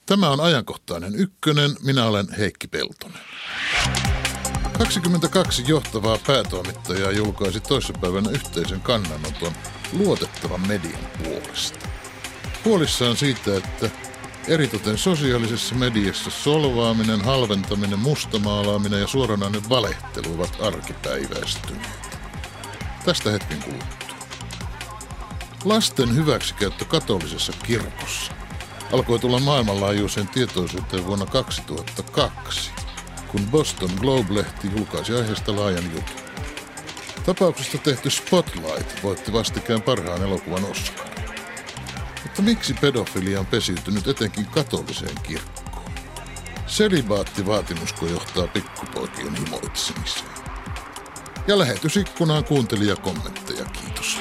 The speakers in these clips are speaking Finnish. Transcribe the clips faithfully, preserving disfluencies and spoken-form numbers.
Tämä on ajankohtainen ykkönen. Minä olen Heikki Peltonen. kaksikymmentäkaksi johtavaa päätoimittajaa julkaisi toissapäivänä yhteisen kannanoton luotettavan median puolesta. Huolissaan siitä, että eritoten sosiaalisessa mediassa solvaaminen, halventaminen, mustamaalaaminen ja suoranainen valehtelu ovat arkipäiväistyneet. Tästä hetken kuluttua. Lasten hyväksikäyttö katolisessa kirkossa alkoi tulla maailmanlaajuiseen tietoisuuteen vuonna kaksituhattakaksi, kun Boston Globe-lehti julkaisi aiheesta laajan jutun. Tapauksesta tehty Spotlight voitti vastikään parhaan elokuvan Oscar. Mutta miksi pedofilia on pesiytynyt etenkin katoliseen kirkkoon? Selibaattivaatimusko johtaa pikkupoikien himoitsemiseen? Ja lähetysikkunaan kuuntelijakommentteja, kiitos.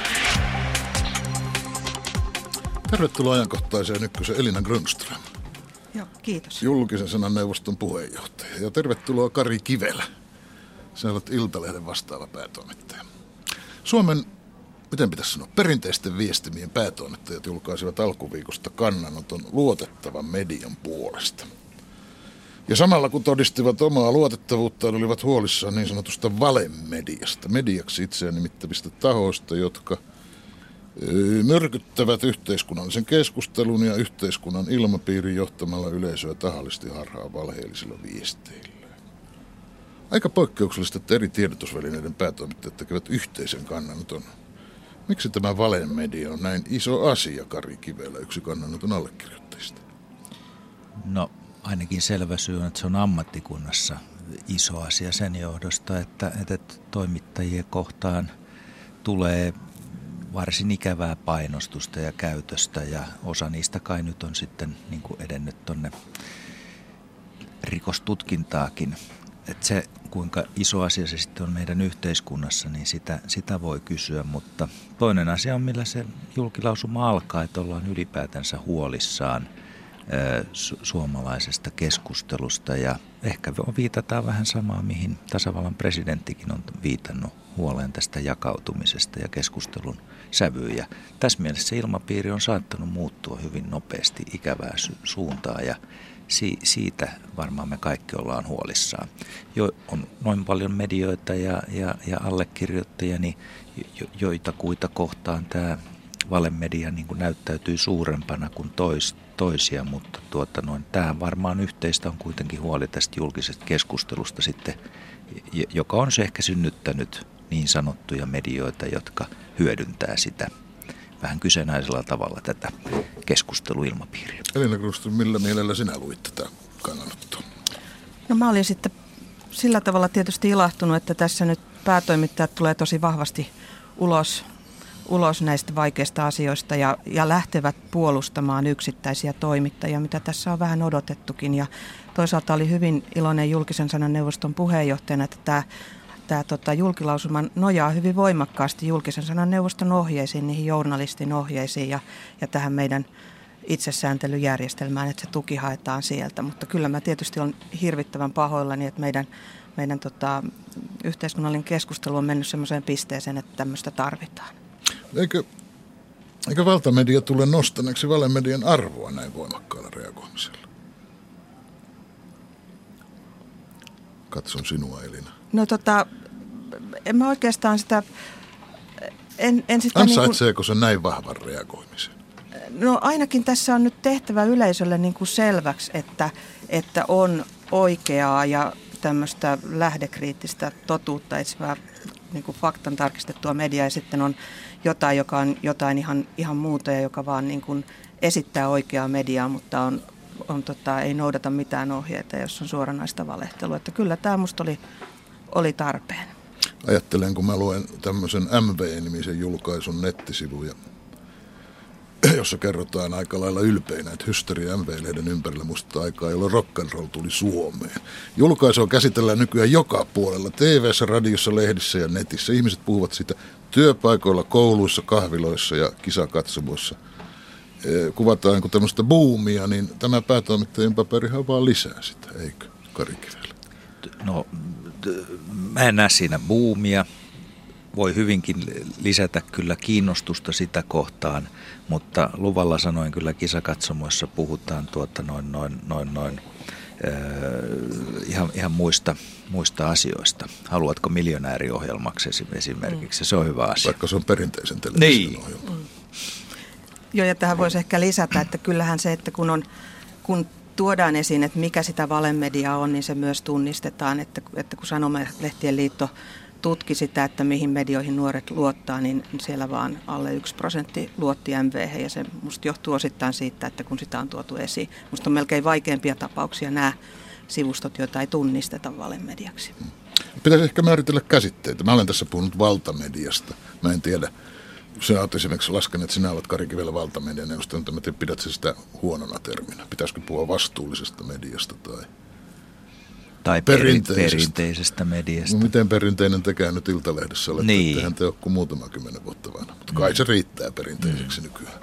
Tervetuloa ajankohtaiseen ykkösen Elina Grönström. Joo, kiitos. Julkisen sanan neuvoston puheenjohtaja. Ja tervetuloa Kari Kivelä. Sinä olet Iltalehden vastaava päätoimittaja. Suomen, miten pitäisi sanoa, perinteisten viestimien päätoimittajat julkaisivat alkuviikosta kannanoton luotettavan median puolesta. Ja samalla kun todistivat omaa luotettavuuttaan, olivat huolissaan niin sanotusta valemediasta, mediaksi itseään nimittävistä tahoista, jotka myrkyttävät yhteiskunnallisen keskustelun ja yhteiskunnan ilmapiirin johtamalla yleisöä tahallisesti harhaan valheellisilla viesteillä. Aika poikkeuksellista, että eri tiedotusvälineiden päätoimittajat tekevät yhteisen kannanoton. Miksi tämä valemedia on näin iso asia, Kari Kivelä, yksi kannanoton allekirjoittajista? No ainakin selvä syy on, että se on ammattikunnassa iso asia sen johdosta, että, että toimittajien kohtaan tulee varsin ikävää painostusta ja käytöstä, ja osa niistä kai nyt on sitten niin kuin edennyt tuonne rikostutkintaakin. Että se, kuinka iso asia se sitten on meidän yhteiskunnassa, niin sitä, sitä voi kysyä, mutta toinen asia on, millä se julkilausuma alkaa, että ollaan ylipäätänsä huolissaan su- suomalaisesta keskustelusta, ja ehkä viitataan vähän samaa, mihin tasavallan presidenttikin on viitannut, huoleen tästä jakautumisesta ja keskustelun sävyyn. Ja tässä mielessä ilmapiiri on saattanut muuttua hyvin nopeasti ikävää su- suuntaan, ja si- siitä varmaan me kaikki ollaan huolissaan. Jo on noin paljon medioita ja, ja, ja allekirjoittajia, niin jo- joita kuita kohtaan tämä valemedia niin kuin näyttäytyy suurempana kuin tois, toisia, mutta tuota noin, tämä varmaan yhteistä on kuitenkin huoli tästä julkisesta keskustelusta sitten, joka on se ehkä synnyttänyt niin sanottuja medioita, jotka hyödyntää sitä vähän kyseenalaisella tavalla tätä keskusteluilmapiiriä. Elina Grönström, millä mielellä sinä luit tätä kannanottoa? No mä olin sitten sillä tavalla tietysti ilahtunut, että tässä nyt päätoimittajat tulee tosi vahvasti ulos, ulos näistä vaikeista asioista ja, ja lähtevät puolustamaan yksittäisiä toimittajia, mitä tässä on vähän odotettukin. Ja toisaalta oli hyvin iloinen julkisen sanan neuvoston puheenjohtajana, että tämä Tämä tota, julkilausuma nojaa hyvin voimakkaasti julkisen sanan neuvoston ohjeisiin, niihin journalistin ohjeisiin ja, ja tähän meidän itsesääntelyjärjestelmään, että se tuki haetaan sieltä. Mutta kyllä mä tietysti olen hirvittävän pahoillani, että meidän, meidän tota, yhteiskunnallinen keskustelu on mennyt semmoiseen pisteeseen, että tämmöistä tarvitaan. Eikö, eikö valtamedia tule nostaneeksi valemedian arvoa näin voimakkaalla reagoimisella? Katson sinua, Elina. No tota, en mä oikeastaan sitä, en, en sitä Ansaitseeko niin kuin, se näin vahvan reagoimisen? No ainakin tässä on nyt tehtävä yleisölle niin kuin selväksi, että, että on oikeaa ja tämmöistä lähdekriittistä totuutta etsivää niin kuin faktan tarkistettua mediaa ja sitten on jotain, joka on jotain ihan, ihan muuta ja joka vaan niin kuin esittää oikeaa mediaa, mutta on, on tota, ei noudata mitään ohjeita, jos on suoranaista valehtelua. Että kyllä tämä musta oli, oli tarpeen. Ajattelen, kun mä luen tämmöisen M V-nimisen julkaisun nettisivuja, jossa kerrotaan aika lailla ylpeinä, että hysteria M V-lehden ympärillä musta aikaa, jolloin rock'n'roll tuli Suomeen. Julkaisua käsitellään nykyään joka puolella, T V:ssä, radiossa, lehdissä ja netissä. Ihmiset puhuvat siitä työpaikoilla, kouluissa, kahviloissa ja kisakatsomoissa. Kuvataan kuin tämmöistä buumia, niin tämä päätoimittajien paperihan vaan lisää sitä, eikö, Kari Kivelä? No, mä en näe siinä buumia, voi hyvinkin lisätä kyllä kiinnostusta sitä kohtaan, mutta luvalla sanoen kyllä kisakatsomoissa puhutaan tuota noin, noin, noin, noin öö, ihan, ihan muista, muista asioista. Haluatko miljonääriohjelmaksi esimerkiksi? Se on hyvä asia. Vaikka se on perinteisen television niin. ohjelma. Mm. Joo, ja tähän voisi ehkä lisätä, että kyllähän se, että kun, on, kun tuodaan esiin, että mikä sitä valemediaa on, niin se myös tunnistetaan, että, että kun Sanomalehtien liitto tutki sitä, että mihin medioihin nuoret luottaa, niin siellä vaan alle yksi prosentti luotti M V:hen, ja se musta johtuu osittain siitä, että kun sitä on tuotu esiin. Musta on melkein vaikeampia tapauksia nämä sivustot, joita ei tunnisteta valemediaksi. Pitäisi ehkä määritellä käsitteitä. Mä olen tässä puhunut valtamediasta. Mä en tiedä. Sinä olet esimerkiksi laskenut, että sinä olet Kari Kivelä valtamedian edustaja, mutta pidät sitä huonona terminä. Pitäisikö puhua vastuullisesta mediasta tai, tai perinteisestä. perinteisestä mediasta? No, miten perinteinen tekee nyt Iltalehdessä olette? Niin. Ettehän te ole kuin muutama kymmenen vuotta vanha, mutta kai se riittää perinteiseksi mm. nykyään.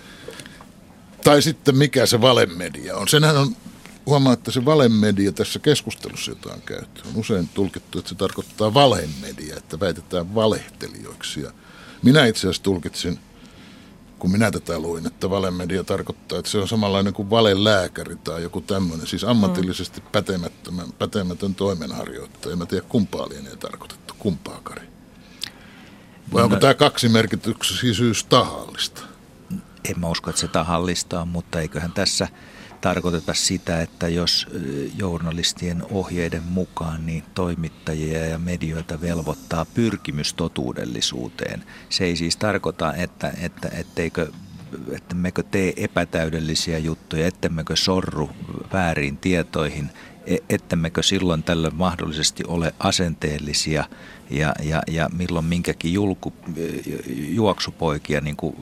Tai sitten mikä se valemedia on. Senhän on, huomaa, että se valemedia tässä keskustelussa, jota on käyty, on usein tulkittu, että se tarkoittaa valemedia, että väitetään valehtelijoiksi. Ja minä itse asiassa tulkitsin, kun minä tätä luin, että valemedia tarkoittaa, että se on samanlainen kuin valelääkäri tai joku tämmöinen, siis ammatillisesti pätemätön, pätemätön toimenharjoittaja. En mä tiedä, kumpaa lienee tarkoitettu, kumpaa Kari. Vai onko no, tämä kaksimerkityksisyys tahallista? En mä usko, että se tahallista on, mutta eiköhän tässä tarkoiteta sitä, että jos journalistien ohjeiden mukaan niin toimittajia ja medioita velvoittaa pyrkimys totuudellisuuteen. Se ei siis tarkoita, että, että etteikö, ettemmekö tee epätäydellisiä juttuja, ettemmekö sorru väärin tietoihin, ettemmekö silloin tällöin mahdollisesti ole asenteellisia ja, ja, ja milloin minkäkin julku, juoksupoikia, niin kuin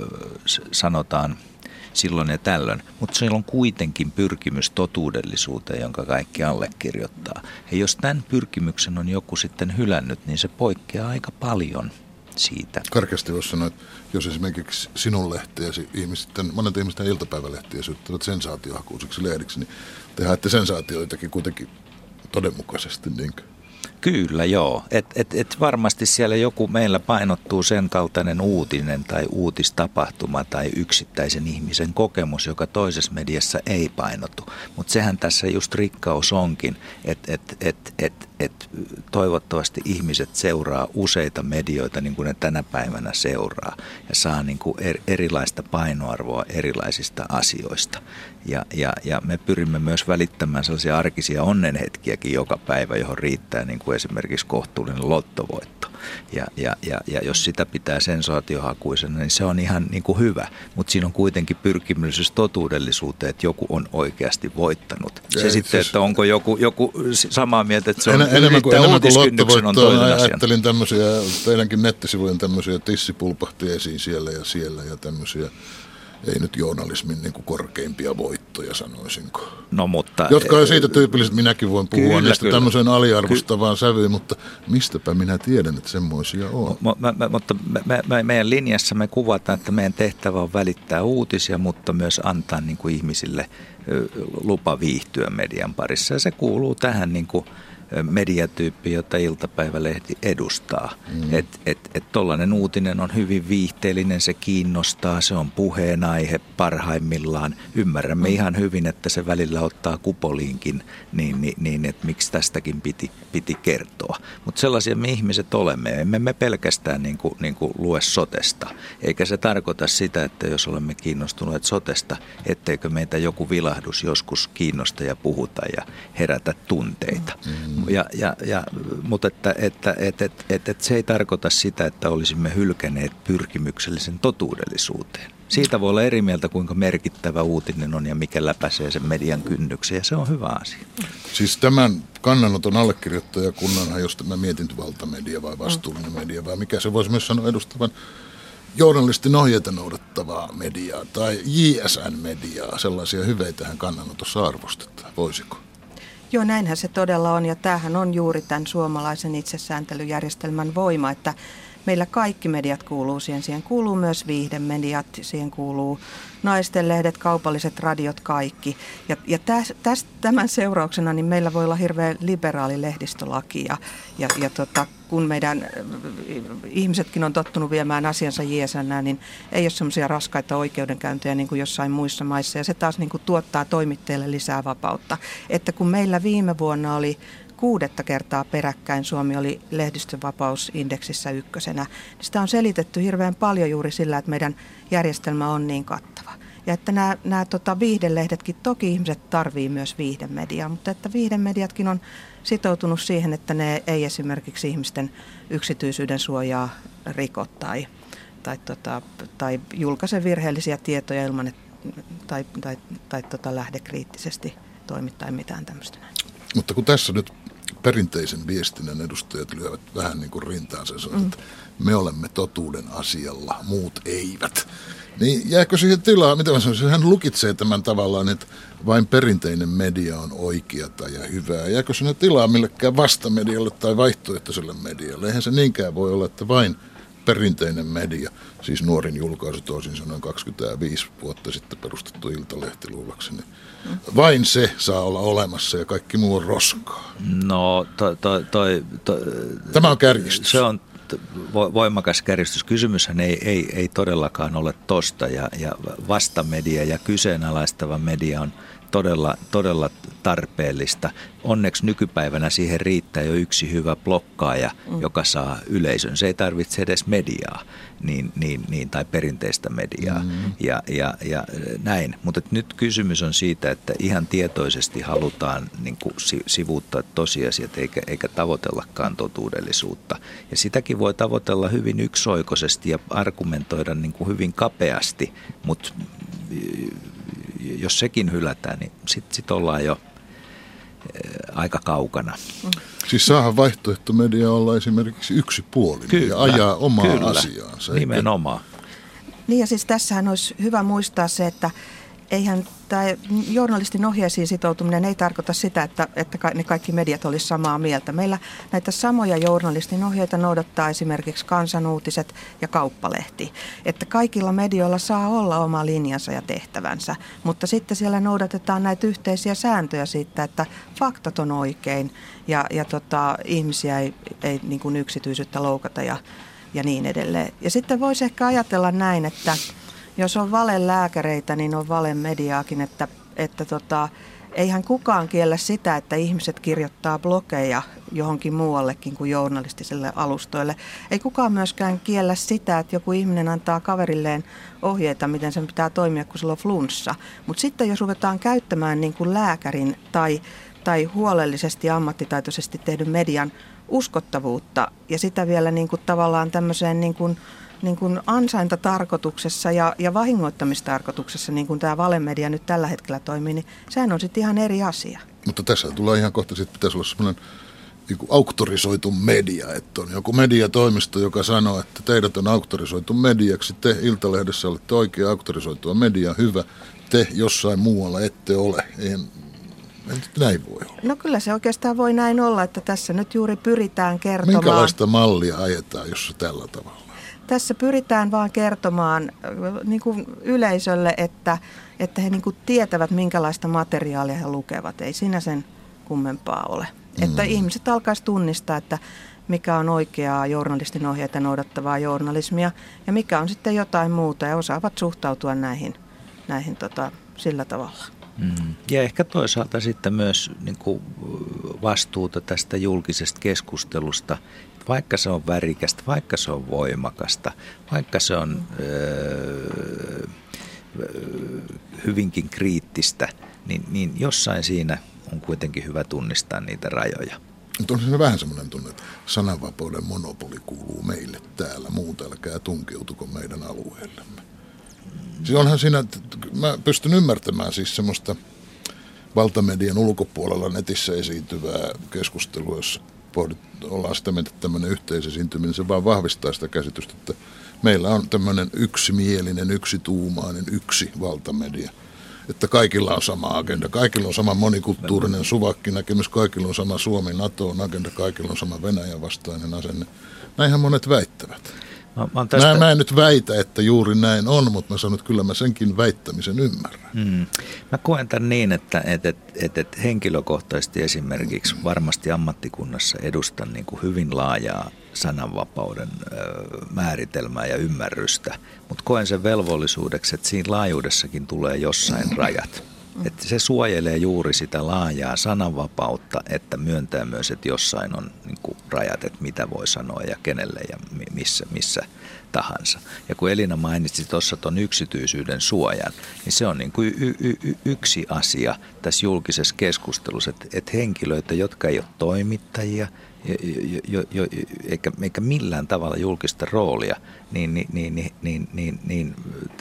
sanotaan, silloin ja tällöin, mutta siellä on kuitenkin pyrkimys totuudellisuuteen, jonka kaikki allekirjoittaa. Ja jos tämän pyrkimyksen on joku sitten hylännyt, niin se poikkeaa aika paljon siitä. Karkeasti voisi sanoa, että jos esimerkiksi sinun lehteesi, ihmisten, monet ihmisten iltapäivälehtiä syyttävät sensaatiohakuisiksi lehdiksi, niin te haette sensaatioitakin kuitenkin todenmukaisesti, niinkö? Kyllä, joo. Et, et, et varmasti siellä joku meillä painottuu sen kaltainen uutinen tai uutistapahtuma tai yksittäisen ihmisen kokemus, joka toisessa mediassa ei painotu. Mutta sehän tässä just rikkaus onkin, että et, et, et, et toivottavasti ihmiset seuraa useita medioita niin kuin ne tänä päivänä seuraa ja saa niin kuin er, erilaista painoarvoa erilaisista asioista. Ja, ja, ja me pyrimme myös välittämään sellaisia arkisia onnenhetkiäkin joka päivä, johon riittää niin kuin esimerkiksi kohtuullinen lottovoitto. Ja, ja, ja, ja jos sitä pitää sensaatiohakuisena, niin se on ihan niin kuin hyvä. Mutta siinä on kuitenkin pyrkimys totuudellisuuteen, että joku on oikeasti voittanut. Se Ei, sitten, siis, että onko joku, joku samaa mieltä, että se on en, enemmän kuin, enemmän kuin lottovoittoa, ajattelin tämmöisiä, teidänkin nettisivujen tämmöisiä tissipulpahti esiin siellä ja siellä ja tämmöisiä. Ei nyt journalismin niin kuin korkeimpia voittoja, sanoisinko. No, mutta, jotka on siitä tyypillisesti, minäkin voin puhua kyllä, niistä kyllä. tämmöiseen aliarvostavaan sävyyn, mutta mistäpä minä tiedän, että semmoisia on. M- m- mutta me, me, meidän linjassa me kuvataan, että meidän tehtävä on välittää uutisia, mutta myös antaa niin kuin ihmisille lupa viihtyä median parissa. Ja se kuuluu tähän niin kuin mediatyyppi, jota iltapäivälehti edustaa. Mm. Että et, et tollainen uutinen on hyvin viihteellinen, se kiinnostaa, se on puheenaihe parhaimmillaan. Ymmärrämme mm. ihan hyvin, että se välillä ottaa kupoliinkin, niin, niin, niin että miksi tästäkin piti, piti kertoa. Mutta sellaisia me ihmiset olemme, emme me pelkästään niin kuin, niin kuin lue sotesta. Eikä se tarkoita sitä, että jos olemme kiinnostuneet sotesta, etteikö meitä joku vilahdus joskus kiinnosta ja puhuta ja herätä tunteita. Mm. Ja, ja, ja, mutta että, että, että, että, että, että se ei tarkoita sitä, että olisimme hylkäneet pyrkimyksellisen totuudellisuuteen. Siitä voi olla eri mieltä, kuinka merkittävä uutinen on ja mikä läpäisee sen median kynnyksen, ja se on hyvä asia. Siis tämän kannanoton allekirjoittajakunnanhan, jos tämä mietintövaltamedia vai vastuullinen media, vai mikä se voisi myös sanoa edustavan journalistin ohjeita noudattavaa mediaa tai J S N-mediaa, sellaisia hyveitähän kannanotossa arvostetaan, voisiko? Joo, näinhän se todella on, ja tämähän on juuri tämän suomalaisen itsesääntelyjärjestelmän voima, että meillä kaikki mediat kuuluu siihen. Siihen kuuluu myös viihdemediat, siihen kuuluu naistenlehdet, kaupalliset radiot, kaikki. Ja, ja täs, täs, tämän seurauksena niin meillä voi olla hirveän liberaali lehdistölaki ja, ja, ja tota, kun meidän ihmisetkin on tottunut viemään asiansa jeesänään, niin ei ole semmoisia raskaita oikeudenkäyntejä niin kuin jossain muissa maissa. Ja se taas niin kuin tuottaa toimittajille lisää vapautta. Että kun meillä viime vuonna oli kuudetta kertaa peräkkäin Suomi oli lehdistönvapausindeksissä ykkösenä, niin sitä on selitetty hirveän paljon juuri sillä, että meidän järjestelmä on niin kattava. Ja että nämä, nämä tota, viihdelehdetkin, toki ihmiset tarvii myös viihdemediaa, mutta että viihdemediatkin on sitoutunut siihen, että ne ei esimerkiksi ihmisten yksityisyyden suojaa riko tai, tai, tota, tai julkaise virheellisiä tietoja ilman, että, tai, tai, tai tota, lähde kriittisesti toimi tai mitään tämmöistä. Mutta kun tässä nyt perinteisen viestinnän edustajat lyövät vähän niin kuin rintaansa ja sanovat, mm. että me olemme totuuden asialla, muut eivät. Niin jääkö siihen tilaa, mitä mä sanoisin, hän lukitsee tämän tavallaan, että vain perinteinen media on oikeata ja hyvää. Jääkö sinne tilaa millekään vastamedialle tai vaihtoehtoiselle medialle? Eihän se niinkään voi olla, että vain perinteinen media, siis nuorin julkaisu toisin sanoen kaksikymmentäviisi vuotta sitten perustettu Iltalehti luulakseni, mm. vain se saa olla olemassa ja kaikki muu on roskaa. No, toi, toi, toi, toi, tämä on kärjistys. Se on voimakas kärjistys. Kysymyshän ei, ei, ei todellakaan ole tosta ja, ja vastamedia ja kyseenalaistava media on todella, todella tarpeellista. Onneksi nykypäivänä siihen riittää jo yksi hyvä blokkaaja, mm. joka saa yleisön. Se ei tarvitse edes mediaa niin, niin, niin, tai perinteistä mediaa mm. ja, ja, ja näin. Mutta nyt kysymys on siitä, että ihan tietoisesti halutaan niin kuin sivuuttaa tosiasiat eikä, eikä tavoitellakaan totuudellisuutta. Ja sitäkin voi tavoitella hyvin yksioikoisesti ja argumentoida niin kuin hyvin kapeasti, mutta jos sekin hylätään, niin sitten sit ollaan jo aika kaukana. Siis saahan vaihtoehtomedia olla esimerkiksi yksipuolinen kyllä, ja ajaa omaa kyllä, asiaansa. Nimenomaan. Niin ja siis tässähän olisi hyvä muistaa se, että eihän tämä journalistin ohjeisiin sitoutuminen ei tarkoita sitä, että, että ne kaikki mediat olisi samaa mieltä. Meillä näitä samoja journalistin ohjeita noudattaa esimerkiksi Kansanuutiset ja Kauppalehti. Että kaikilla medioilla saa olla oma linjansa ja tehtävänsä, mutta sitten siellä noudatetaan näitä yhteisiä sääntöjä siitä, että faktat on oikein ja, ja tota, ihmisiä ei, ei niin kuin yksityisyyttä loukata ja, ja niin edelleen. Ja sitten voisi ehkä ajatella näin, että jos on valelääkäreitä, niin on valemediaakin, että, että tota, eihän kukaan kiellä sitä, että ihmiset kirjoittaa blogeja johonkin muuallekin kuin journalistiselle alustoille. Ei kukaan myöskään kiellä sitä, että joku ihminen antaa kaverilleen ohjeita, miten sen pitää toimia, kun sillä on flunssa. Mutta sitten jos ruvetaan käyttämään niin kuin lääkärin tai, tai huolellisesti ja ammattitaitoisesti tehdyn median uskottavuutta ja sitä vielä niin kuin tavallaan tämmöiseen niin kuin niin kuin ansaintatarkoituksessa ja, ja vahingoittamistarkoituksessa, niin kuin tämä valemedia nyt tällä hetkellä toimii, niin sehän on sitten ihan eri asia. Mutta tässä tulee ihan kohta, että pitäisi olla semmoinen niin kuin auktorisoitu media, että on joku mediatoimisto, joka sanoo, että teidät on auktorisoitu mediaksi, te Iltalehdessä olette oikea auktorisoitua media, hyvä, te jossain muualla ette ole, eihän näin voi olla. No kyllä se oikeastaan voi näin olla, että tässä nyt juuri pyritään kertomaan. Minkälaista mallia ajetaan, jos se tällä tavalla? Tässä pyritään vaan kertomaan niin kuin yleisölle, että, että he niin kuin tietävät, minkälaista materiaalia he lukevat. Ei siinä sen kummempaa ole. Mm. Että ihmiset alkaisi tunnistaa, että mikä on oikeaa journalistin ohjeita noudattavaa journalismia ja mikä on sitten jotain muuta ja osaavat suhtautua näihin, näihin tota, sillä tavalla. Mm. Ja ehkä toisaalta sitten myös niin kuin vastuuta tästä julkisesta keskustelusta. Vaikka se on värikästä, vaikka se on voimakasta, vaikka se on öö, hyvinkin kriittistä, niin, niin jossain siinä on kuitenkin hyvä tunnistaa niitä rajoja. Mutta on se vähän semmoinen tunne, että sananvapauden monopoli kuuluu meille täällä, muuta älkää tunkeutuko meidän alueellemme. Siis onhan siinä, että mä pystyn ymmärtämään siis semmoista valtamedian ulkopuolella netissä esiintyvää keskustelua, jossa pohdit, ollaan sitä mieltä, että tämmöinen yhteisesiintyminen, se vaan vahvistaa sitä käsitystä, että meillä on tämmöinen yksimielinen, yksituumainen, yksi valtamedia. Että kaikilla on sama agenda, kaikilla on sama monikulttuurinen suvakkinäkemys, kaikilla on sama Suomi-NATO:n agenda, kaikilla on sama Venäjän vastainen asenne. Näinhän monet väittävät. Mä, mä, tästä... mä, mä en nyt väitä, että juuri näin on, mutta mä sanon, että kyllä mä senkin väittämisen ymmärrän. Hmm. Mä koen tämän niin, että et, et, et, et henkilökohtaisesti esimerkiksi varmasti ammattikunnassa edustan niin kuin hyvin laajaa sananvapauden ö, määritelmää ja ymmärrystä, mutta koen sen velvollisuudeksi, että siinä laajuudessakin tulee jossain rajat. Että se suojelee juuri sitä laajaa sananvapautta, että myöntää myös, että jossain on niin kuin rajat, että mitä voi sanoa ja kenelle ja missä, missä tahansa. Ja kun Elina mainitsi tuossa tuon yksityisyyden suojan, niin se on niin kuin y- y- y- yksi asia tässä julkisessa keskustelussa, että, että henkilöitä, jotka ei ole toimittajia, Jo, jo, jo, eikä, eikä millään tavalla julkista roolia, niin, niin, niin, niin, niin, niin, niin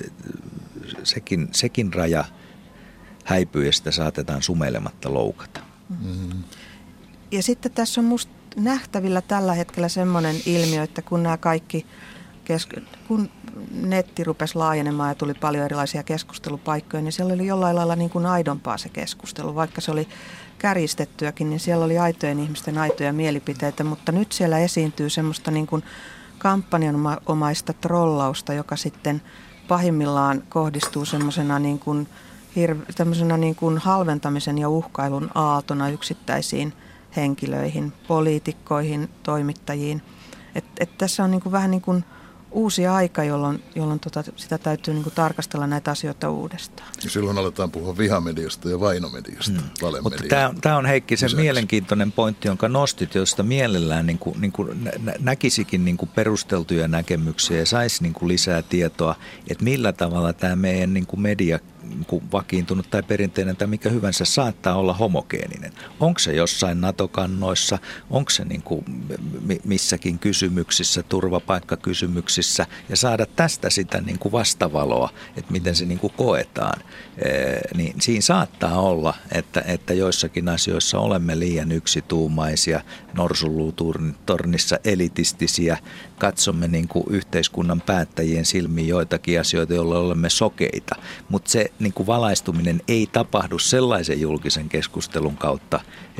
sekin, sekin raja häipyy ja sitä saatetaan sumeilematta loukata. Mm-hmm. Ja sitten tässä on musta nähtävillä tällä hetkellä semmoinen ilmiö, että kun nämä kaikki, kesk- kun netti rupesi laajenemaan ja tuli paljon erilaisia keskustelupaikkoja, niin siellä oli jollain lailla niin kuin aidompaa se keskustelu, vaikka se oli kärjistettyäkin, niin siellä oli aitojen ihmisten aitoja mielipiteitä, mutta nyt siellä esiintyy semmoista niin kuin kampanjanomaista trollausta, joka sitten pahimmillaan kohdistuu semmoisena niin kuin hirve, tämmöisenä niin kuin halventamisen ja uhkailun aaltona yksittäisiin henkilöihin, poliitikkoihin, toimittajiin. Et, et tässä on niin kuin vähän niin kuin uusi aika, jolloin, jolloin tota, sitä täytyy niin kuin tarkastella näitä asioita uudestaan. Ja silloin aletaan puhua vihamediasta ja vainomediasta, hmm. valemediasta. Mutta tämä on Heikki se mielenkiintoinen pointti, jonka nostit, josta mielellään niin kuin, niin kuin nä- näkisikin niin kuin perusteltuja näkemyksiä ja saisi niin kuin lisää tietoa, että millä tavalla tämä meidän niin kuin media niin kuin vakiintunut tai perinteinen tai mikä hyvänsä saattaa olla homogeeninen. Onko se jossain NATO-kannoissa, onko se niin kuin missäkin kysymyksissä, turvapaikkakysymyksissä ja saada tästä sitä niin kuin vastavaloa, että miten se niin kuin koetaan. Niin siinä saattaa olla, että, että joissakin asioissa olemme liian yksituumaisia, norsunluutornissa elitistisiä, katsomme niin kuin yhteiskunnan päättäjien silmiin joitakin asioita, joilla olemme sokeita, mutta se niin kuin valaistuminen ei tapahdu sellaisen julkisen keskustelun kautta,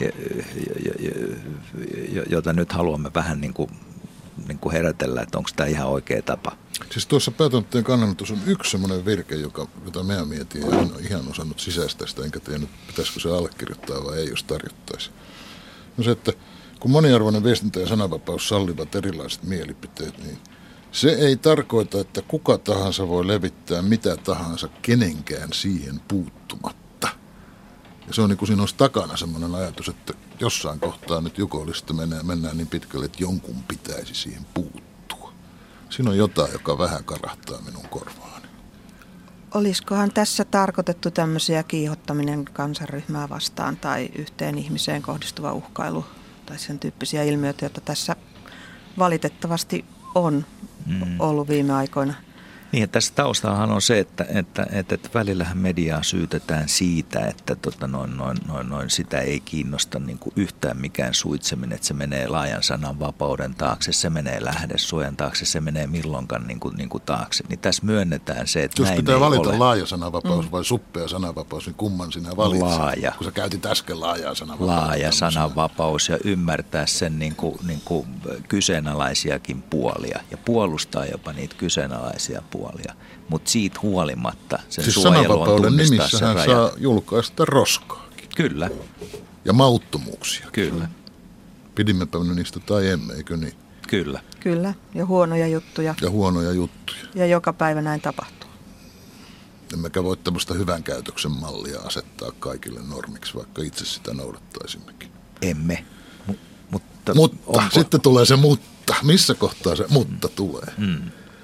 jota nyt haluamme vähän niin kuin, niin kuin herätellä, että onko tämä ihan oikea tapa. Siis tuossa päätoimittajan kannanotossa on yksi semmoinen virke, joka, jota minä mietin ja en ole ihan osannut sisäistää sitä, enkä tiedä, pitäisikö se allekirjoittaa vai ei, jos tarjottaisi. No se, että kun moniarvoinen viestintä ja sananvapaus sallivat erilaiset mielipiteet, niin se ei tarkoita, että kuka tahansa voi levittää mitä tahansa kenenkään siihen puuttumatta. Ja se on niin kuin siinä olisi takana semmoinen ajatus, että jossain kohtaa nyt jukollista mennään, mennään niin pitkälle, että jonkun pitäisi siihen puuttua. Siinä on jotain, joka vähän karahtaa minun korvaani. Olisikohan tässä tarkoitettu tämmöisiä kiihottaminen kansanryhmää vastaan tai yhteen ihmiseen kohdistuva uhkailu tai sen tyyppisiä ilmiöitä, joita tässä valitettavasti on mm. ollut viime aikoina? Niin, tässä taustallahan on se, että, että, että, että välillähän mediaa syytetään siitä, että tota, noin, noin, noin, noin sitä ei kiinnosta niin kuin yhtään mikään suitseminen, että se menee laajan sanan vapauden taakse, se menee lähdesuojan taakse, se menee milloinkaan niin kuin, niin kuin taakse. Niin tässä myönnetään se, että jos näin pitää ei valita ole. laaja sananvapaus mm. vai suppea sananvapaus, niin kumman sinä valitset? Laaja. Kun sä käytit äsken laajaa sananvapautta. Laaja sananvapaus ja ymmärtää sen niin kuin, niin kuin kyseenalaisiakin puolia ja puolustaa jopa niitä kyseenalaisia puolia. Mutta siitä huolimatta sen siis suojelu on tunnistaa nimissä sen hän rajan. saa julkaista roskaakin. Kyllä. Ja mauttomuuksia. Kyllä. Pidimmepä niistä tai emme, eikö niin? Kyllä. Kyllä, ja huonoja juttuja. Ja huonoja juttuja. Ja joka päivä näin tapahtuu. Emmekä voi tämmöistä hyvän käytöksen mallia asettaa kaikille normiksi, vaikka itse sitä noudattaisimmekin. Emme. M- mutta mutta onko... sitten tulee se mutta. Missä kohtaa se mutta mm. tulee? Mm.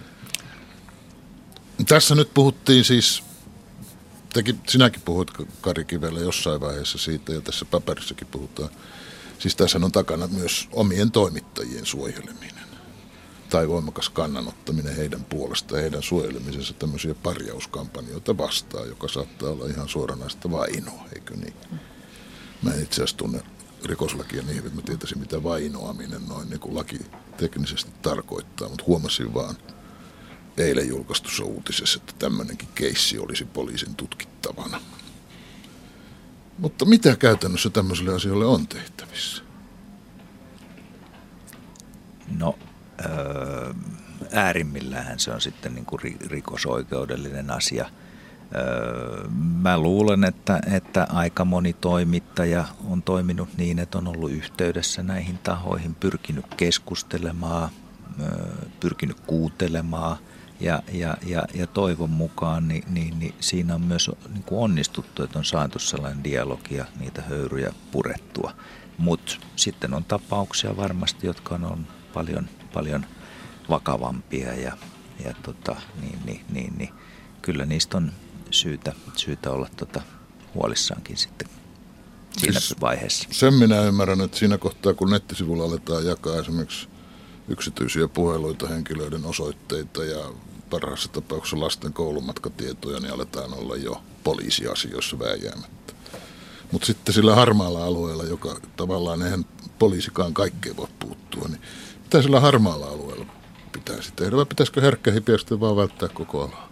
Tässä nyt puhuttiin siis, tekin, sinäkin puhuit Kari Kivelä jossain vaiheessa siitä ja tässä paperissakin puhutaan. Siis tässä on takana myös omien toimittajien suojeleminen tai voimakas kannanottaminen heidän puolestaan, heidän suojelemisensa tämmöisiä parjauskampanjoita vastaan, joka saattaa olla ihan suoranaista vainoa, eikö niin? Mä en itse asiassa tunne rikoslakia niin, että mä tietäisin mitä vainoaminen noin niin kuin laki teknisesti tarkoittaa, mutta huomasin vaan eilen julkaistussa uutisessa, että tämmöinenkin keissi olisi poliisin tutkittavana. Mutta mitä käytännössä tämmöisille asioille on tehtävissä? No, äärimmillään se on sitten niin kuin rikosoikeudellinen asia. Mä luulen, että, että aika moni toimittaja on toiminut niin, että on ollut yhteydessä näihin tahoihin, pyrkinyt keskustelemaan, pyrkinyt kuuntelemaan ja, ja, ja, ja toivon mukaan niin, niin, niin siinä on myös niin kuin onnistuttu, että on saatu sellainen dialogi ja niitä höyryjä purettua. Mutta sitten on tapauksia varmasti, jotka on, on paljon, paljon vakavampia ja, ja tota, niin, niin, niin, niin, kyllä niistä on syytä, syytä olla tota huolissaankin sitten siinä siis vaiheessa. Sen minä ymmärrän, että siinä kohtaa, kun nettisivulla aletaan jakaa esimerkiksi yksityisiä puheluita, henkilöiden osoitteita ja parhaassa tapauksessa lasten koulumatkatietoja, niin aletaan olla jo poliisiasioissa vääjäämättä. Mutta sitten sillä harmaalla alueella, joka tavallaan eihän poliisikaan kaikkeen voi puuttua, niin mitä sillä harmaalla alueella pitäisi tehdä, vai pitäisikö herkkähipiästi vaan välttää koko alaa?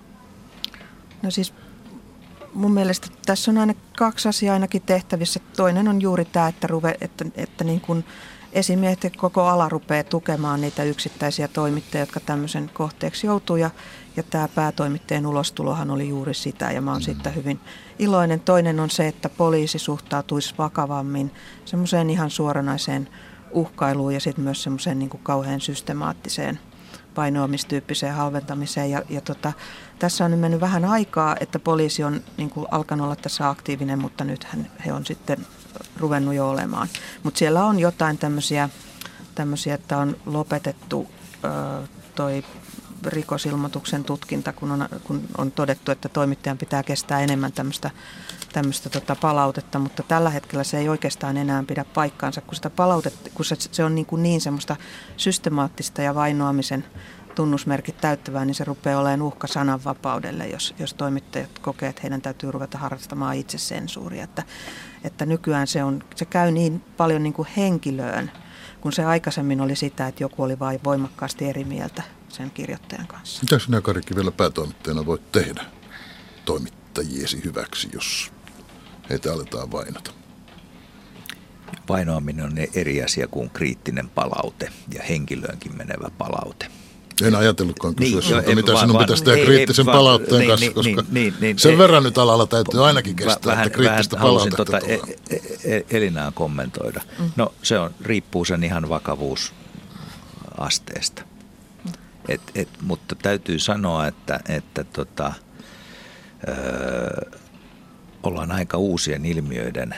No siis mun mielestä tässä on aina kaksi asiaa ainakin tehtävissä. Toinen on juuri tämä, että, ruve, että, että niin kuin esimiehet koko ala rupeaa tukemaan niitä yksittäisiä toimittajia, jotka tämmöisen kohteeksi joutuu. Ja, ja tämä päätoimittajan ulostulohan oli juuri sitä, ja mä oon siitä hyvin iloinen. Toinen on se, että poliisi suhtautuisi vakavammin semmoiseen ihan suoranaiseen uhkailuun ja sitten myös semmoiseen niin kuin kauhean systemaattiseen vainoamistyyppiseen halventamiseen. Ja, ja tota, tässä on nyt mennyt vähän aikaa, että poliisi on niin kuin alkanut olla tässä aktiivinen, mutta nythän he on sitten ruvennut jo olemaan. Mutta siellä on jotain tämmöisiä, tämmöisiä että on lopetettu ö, toi rikosilmoituksen tutkinta, kun on, kun on todettu, että toimittajan pitää kestää enemmän tämmöistä, tämmöistä tota palautetta, mutta tällä hetkellä se ei oikeastaan enää pidä paikkaansa, kun, sitä palautetta, kun se, se on niin, kuin niin semmoista systemaattista ja vainoamisen tunnusmerkit täyttävää, niin se rupeaa olemaan uhka sananvapaudelle, jos, jos toimittajat kokee, että heidän täytyy ruveta harrastamaan itsesensuuria. Että, että nykyään se, on, se käy niin paljon niin kuin henkilöön, kun se aikaisemmin oli sitä, että joku oli vain voimakkaasti eri mieltä sen kirjoittajan kanssa. Mitä sinä, Karikin, vielä päätoimittajana voit tehdä toimittajiesi hyväksi, jos heitä aletaan vainota? Vainoaminen on eri asia kuin kriittinen palaute ja henkilöönkin menevä palaute. En ajatellutkaan kysyä niin, sinulta, jo, mitä vaan, sinun vaan, pitäisi tehdä ei, kriittisen ei, palautteen niin, kanssa, niin, koska niin, niin, sen ei, verran nyt alalla täytyy ainakin kestää, vähän, että kriittistä vähän palautetta tota tulee. E, e, Elinaa kommentoida. Mm. No se on, riippuu sen ihan vakavuusasteesta. Mm. Et, et, mutta täytyy sanoa, että, että tota, ö, ollaan aika uusien ilmiöiden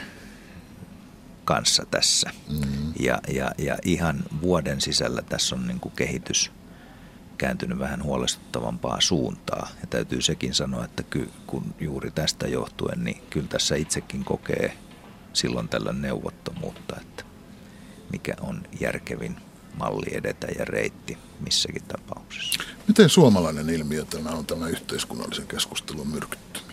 kanssa tässä. Mm. Ja, ja, ja ihan vuoden sisällä tässä on niin kuin kehitys kääntynyt vähän huolestuttavampaa suuntaa. Ja täytyy sekin sanoa, että ky, kun juuri tästä johtuen, niin kyllä tässä itsekin kokee silloin tällöin neuvottomuutta, että mikä on järkevin malli edetä ja reitti missäkin tapauksessa. Miten suomalainen ilmiö tämä on, tämä yhteiskunnallisen keskustelun myrkyttyminen?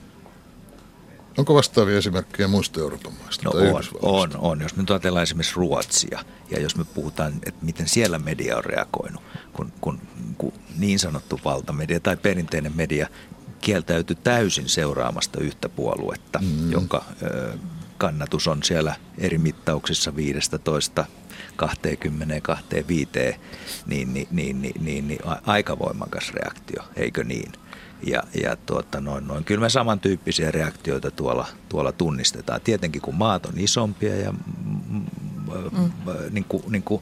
Onko vastaavia esimerkkejä muista Euroopan maista no tai on, on, on. Jos me nyt ajatellaan esimerkiksi Ruotsia, ja jos me puhutaan, että miten siellä media on reagoinut, kun, kun, kun niin sanottu valtamedia tai perinteinen media kieltäytyi täysin seuraamasta yhtä puoluetta, mm. jonka ö, kannatus on siellä eri mittauksissa viisitoista kaksikymmentä kaksikymmentäviisi, niin, niin, niin, niin, niin, niin aika voimakas reaktio, eikö niin? Ja, ja tuota, noin, noin. Kyllä me samantyyppisiä reaktioita tuolla, tuolla tunnistetaan. Tietenkin kun maat on isompia ja mm, mm. niin kuin, niin kuin,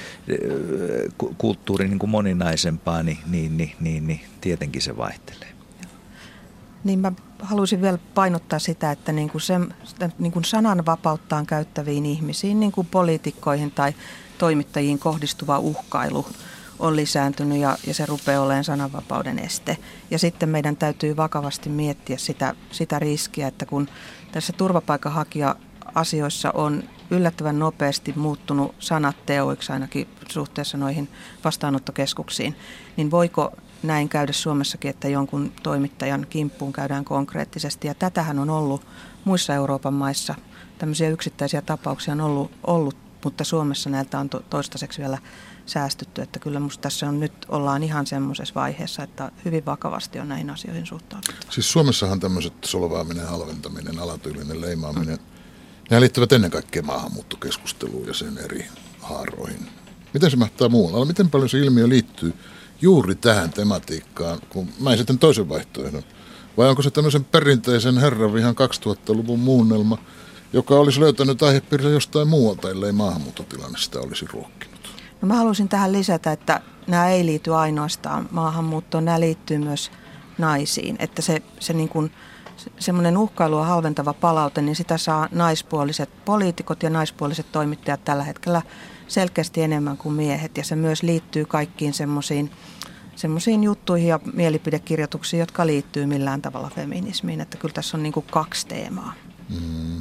kulttuuri niin kuin moninaisempaa, niin, niin, niin, niin, niin tietenkin se vaihtelee. Niin mä haluaisin vielä painottaa sitä, että niin kuin se, niin kuin sananvapauttaan käyttäviin ihmisiin, niin kuin poliitikkoihin tai toimittajiin kohdistuva uhkailu on lisääntynyt ja, ja se rupeaa olemaan sananvapauden este. Ja sitten meidän täytyy vakavasti miettiä sitä, sitä riskiä, että kun tässä turvapaikanhakija-asioissa on yllättävän nopeasti muuttunut sanat teoiksi ainakin suhteessa noihin vastaanottokeskuksiin, niin voiko näin käydä Suomessakin, että jonkun toimittajan kimppuun käydään konkreettisesti. Ja tätähän on ollut muissa Euroopan maissa. Tämmöisiä yksittäisiä tapauksia on ollut, ollut mutta Suomessa näiltä on to, toistaiseksi vielä säästytty. Että kyllä musta tässä on nyt ollaan ihan semmoisessa vaiheessa, että hyvin vakavasti on näihin asioihin suhtautunut. Siis Suomessahan tämmöiset solvaaminen, halventaminen, alatyylinen, leimaaminen, mm. nämä liittyvät ennen kaikkea maahanmuuttokeskusteluun ja sen eri haaroihin. Miten se mahtaa muualla? Miten paljon se ilmiö liittyy juuri tähän tematiikkaan, kun mä esitän toisen vaihtoehdon. Vai onko se tämmöisen perinteisen herravihan kaksituhattaluvun muunnelma, joka olisi löytänyt aihepiirinsä jostain muualta, ellei maahanmuuttotilanne sitä olisi ruokkinut? No mä haluaisin tähän lisätä, että nämä ei liity ainoastaan maahanmuuttoon, nämä liittyy myös naisiin. Että se, se niin kuin, semmoinen uhkailua halventava palaute, niin sitä saa naispuoliset poliitikot ja naispuoliset toimittajat tällä hetkellä selkeästi enemmän kuin miehet. Ja se myös liittyy kaikkiin semmoisiin semmoisiin juttuihin ja mielipidekirjoituksiin, jotka liittyy millään tavalla feminismiin. Että kyllä tässä on niin kuin kaksi teemaa. Mm.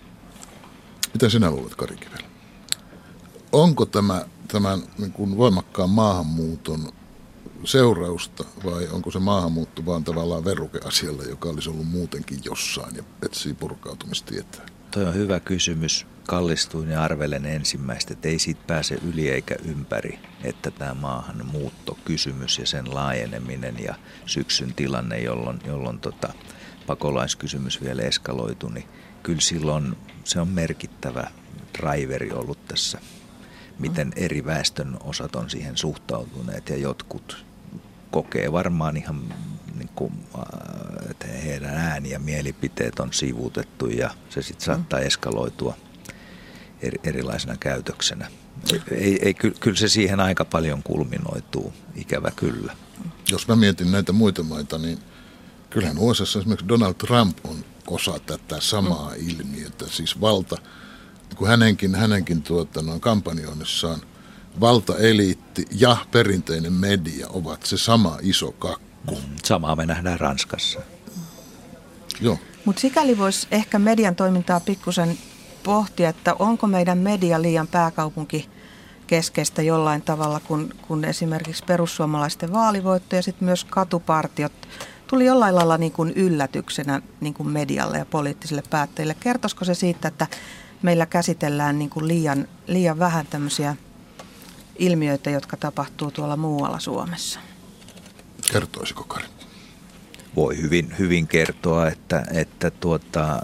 Mitä sinä luulet, Kari Kivelä? Onko tämä tämän niin kuin voimakkaan maahanmuuton seurausta vai onko se maahanmuutto vaan tavallaan veruke asialle, joka olisi ollut muutenkin jossain ja etsii purkautumistietä? Toi on hyvä kysymys. Kallistuin ja arvelen ensimmäistä, että ei siitä pääse yli eikä ympäri, että tämä maahanmuuttokysymys ja sen laajeneminen ja syksyn tilanne, jolloin, jolloin tota, pakolaiskysymys vielä eskaloitui, niin kyllä silloin se on merkittävä driveri ollut tässä, miten eri väestön osat on siihen suhtautuneet ja jotkut kokee varmaan ihan niin kuin, että heidän ääni ja mielipiteet on sivuutettu ja se sitten saattaa eskaloitua eri, erilaisena käytöksenä. Ei, ei, kyllä se siihen aika paljon kulminoituu, ikävä kyllä. Jos mä mietin näitä muita maita, niin kyllähän U S A:ssa esimerkiksi Donald Trump on osa tätä samaa mm. ilmiötä, siis valta, kun hänenkin, hänenkin tuota, noin kampanjoinnissaan valtaeliitti ja perinteinen media ovat se sama iso kakku. Samaa me nähdään Ranskassa. Joo. Mutta sikäli voisi ehkä median toimintaa pikkusen pohtia, että onko meidän media liian pääkaupunkikeskeistä jollain tavalla, kun, kun esimerkiksi perussuomalaisten vaalivoitto ja sitten myös katupartiot tuli jollain lailla niin kuin yllätyksenä niin kuin medialle ja poliittisille päättäjille. Kertoisiko se siitä, että meillä käsitellään niin kuin liian, liian vähän tämmöisiä ilmiöitä, jotka tapahtuu tuolla muualla Suomessa? Kertoisiko Kari? Voi hyvin, hyvin kertoa, että, että tuota,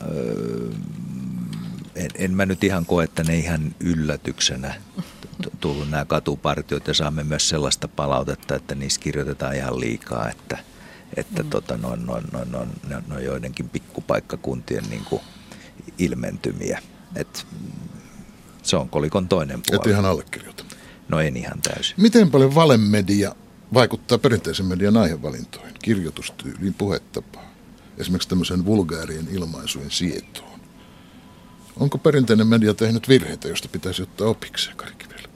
en, en mä nyt ihan koe, että ne ihan yllätyksenä tullut nämä katupartiot ja saamme myös sellaista palautetta, että niissä kirjoitetaan ihan liikaa, että, että mm. tota, noin, noin, noin, noin, noin joidenkin pikkupaikkakuntien niin kuin ilmentymiä. Et se on kolikon toinen puoli. Et ihan allekirjoita. No en ihan täysin. Miten paljon valemedia vaikuttaa perinteisen median aihevalintoihin, kirjoitustyyliin, puhetapaan, esimerkiksi tämmöisen vulgaarien ilmaisujen sietoon? Onko perinteinen media tehnyt virheitä, joista pitäisi ottaa opikseen, Kari Kivelä?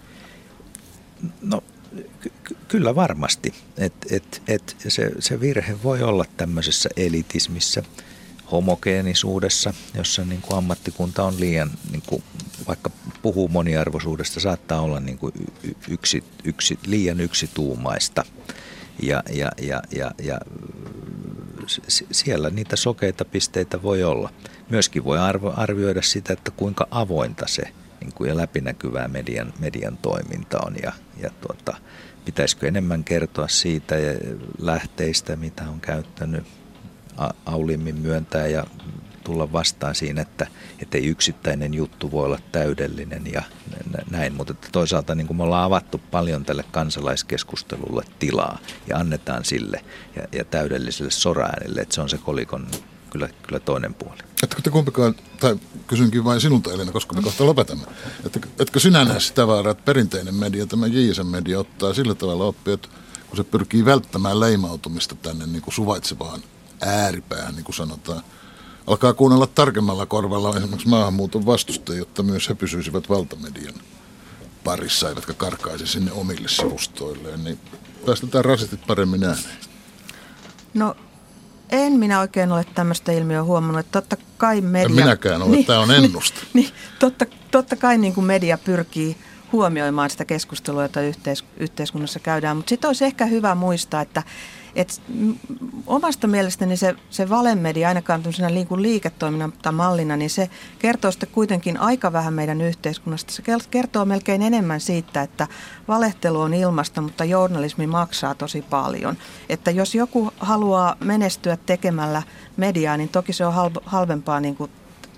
No ky- ky- kyllä varmasti. Et, et, et se, se virhe voi olla tämmöisessä elitismissä, homogeenisuudessa, jossa niin kuin ammattikunta on liian, niin kuin, vaikka puhuu moniarvoisuudesta, saattaa olla niin kuin yksi, yksi, liian yksituumaista. Ja, ja, ja, ja, ja siellä niitä sokeita pisteitä voi olla. Myöskin voi arvo, arvioida sitä, että kuinka avointa se niin kuin ja läpinäkyvää median, median toiminta on. Ja, ja tuota, pitäisikö enemmän kertoa siitä ja lähteistä, mitä on käyttänyt, auliimmin myöntää ja tulla vastaan siinä, että ei yksittäinen juttu voi olla täydellinen ja näin. Mutta toisaalta niin kuin me ollaan avattu paljon tälle kansalaiskeskustelulle tilaa ja annetaan sille ja, ja täydelliselle soraäänelle, että se on se kolikon kyllä, kyllä toinen puoli. Etkö te kumpikaan, tai kysynkin vain sinulta Elina, koska me kohta lopetamme. Etkö, etkö sinä näe sitä vaaraa, että perinteinen media, tämä J S M-media ottaa sillä tavalla oppia, että kun se pyrkii välttämään leimautumista tänne niin kuin suvaitsevaan ääripäähän, niin kuin sanotaan, alkaa kuunnella tarkemmalla korvalla esimerkiksi maahanmuuton vastustajia, jotta myös he pysyisivät valtamedian parissa, eivätkä karkaisi sinne omille sivustoilleen, niin päästetään rasistit paremmin ääneen. No en minä oikein ole tämmöistä ilmiöä huomannut, että totta kai media... En minäkään ole, niin, tämä on ennuste. Niin, niin, totta, totta kai niin kuin media pyrkii huomioimaan sitä keskustelua, jota yhteis- yhteiskunnassa käydään, mutta sitten olisi ehkä hyvä muistaa, että Et omasta mielestäni se, se valemedia ainakaan tämmöisenä niin kuin liiketoiminnan mallina, niin se kertoo sitten kuitenkin aika vähän meidän yhteiskunnasta. Se kertoo melkein enemmän siitä, että valehtelu on ilmasta, mutta journalismi maksaa tosi paljon. Että jos joku haluaa menestyä tekemällä mediaa, niin toki se on halvempaa niin kuin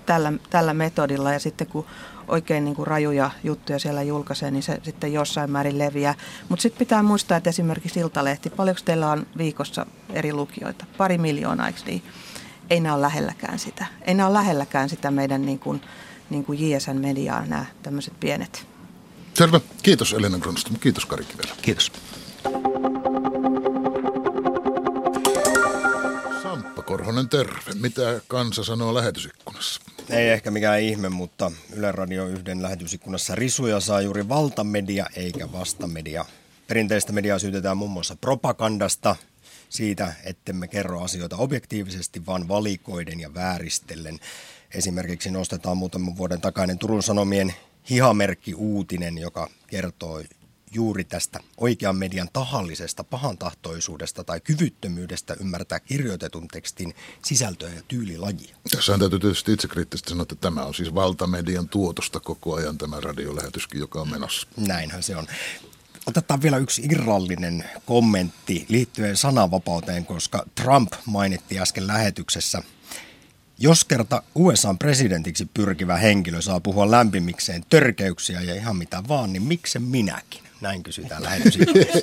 tällä, tällä metodilla ja sitten kun oikein niin kuin rajuja juttuja siellä julkaisee, niin se sitten jossain määrin leviää. Mutta sitten pitää muistaa, että esimerkiksi Iltalehti, paljonko teillä on viikossa eri lukijoita? Pari miljoonaa, eikö niin? Ei nämä ole lähelläkään sitä. Ei nämä ole lähelläkään sitä meidän niin kuin, niin kuin J S N-mediaa, nämä tämmöiset pienet. Selvä. Kiitos Elina Gronström. Kiitos Kari Kivelä. Kiitos. Samppa Korhonen, terve. Mitä kansa sanoo lähetysikkunassa? Ei ehkä mikään ihme, mutta Yle Radio yhden lähetysikkunassa risuja saa juuri valtamedia eikä vastamedia. Perinteistä mediaa syytetään muun muassa propagandasta, siitä, ettemme kerro asioita objektiivisesti, vaan valikoiden ja vääristellen. Esimerkiksi nostetaan muutaman vuoden takainen Turun Sanomien hihamerkki-uutinen, joka kertoo juuri tästä oikean median tahallisesta pahantahtoisuudesta tai kyvyttömyydestä ymmärtää kirjoitetun tekstin sisältöä ja tyylilajia. Tässä on täytyy tietysti itsekriittisesti sanoa, että tämä on siis valtamedian tuotosta koko ajan tämä radiolähetyskin, joka on menossa. Näinhän se on. Otetaan vielä yksi irrallinen kommentti liittyen sananvapauteen, koska Trump mainittiin äsken lähetyksessä. Jos kerta U S A:n presidentiksi pyrkivä henkilö saa puhua lämpimikseen törkeyksiä ja ihan mitä vaan, niin miksen minäkin? Näin kysytään lähetysikkunassa.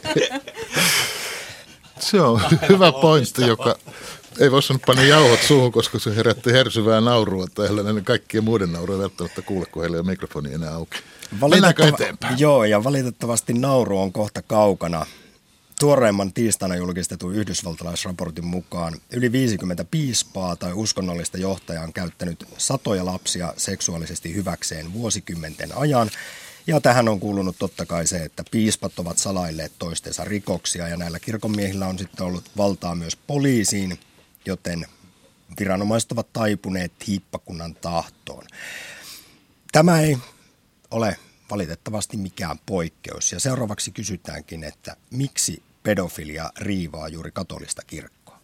Se on hyvä pointti, joka ei voi sanoa panna jauhot suuhun, koska se herätti hersyvää naurua. Tai näiden kaikkien muiden naurua ei välttämättä kuule, kun heillä ei ole mikrofoni enää auki. Mennäänkö eteenpäin? Joo, ja valitettavasti nauru on kohta kaukana. Tuoreimman tiistaina julkistetun yhdysvaltalaisraportin mukaan yli viisikymmentä piispaa tai uskonnollista johtajaa on käyttänyt satoja lapsia seksuaalisesti hyväkseen vuosikymmenten ajan. Ja tähän on kuulunut totta kai se, että piispat ovat salailleet toistensa rikoksia ja näillä kirkonmiehillä on sitten ollut valtaa myös poliisiin, joten viranomaiset ovat taipuneet hiippakunnan tahtoon. Tämä ei ole valitettavasti mikään poikkeus ja seuraavaksi kysytäänkin, että miksi pedofilia riivaa juuri katolista kirkkoa?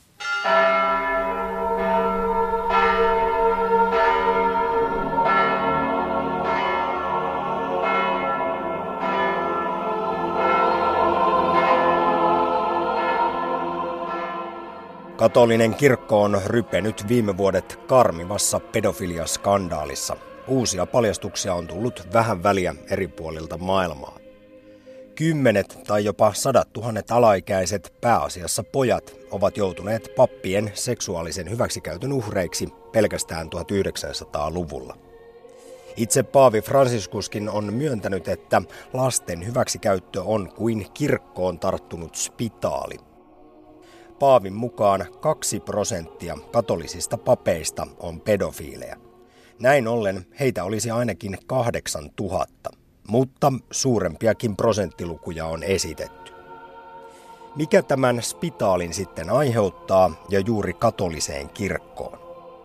Katolinen kirkko on rypenyt viime vuodet karmivassa pedofiliaskandaalissa. Uusia paljastuksia on tullut vähän väliä eri puolilta maailmaa. Kymmenet tai jopa sadat tuhannet alaikäiset, pääasiassa pojat, ovat joutuneet pappien seksuaalisen hyväksikäytön uhreiksi pelkästään tuhatyhdeksänsataaluvulla. Itse Paavi Franciscuskin on myöntänyt, että lasten hyväksikäyttö on kuin kirkkoon tarttunut spitaali. Paavin mukaan kaksi prosenttia katolisista papeista on pedofiileja. Näin ollen heitä olisi ainakin kahdeksan tuhatta, mutta suurempiakin prosenttilukuja on esitetty. Mikä tämän spitaalin sitten aiheuttaa ja juuri katoliseen kirkkoon?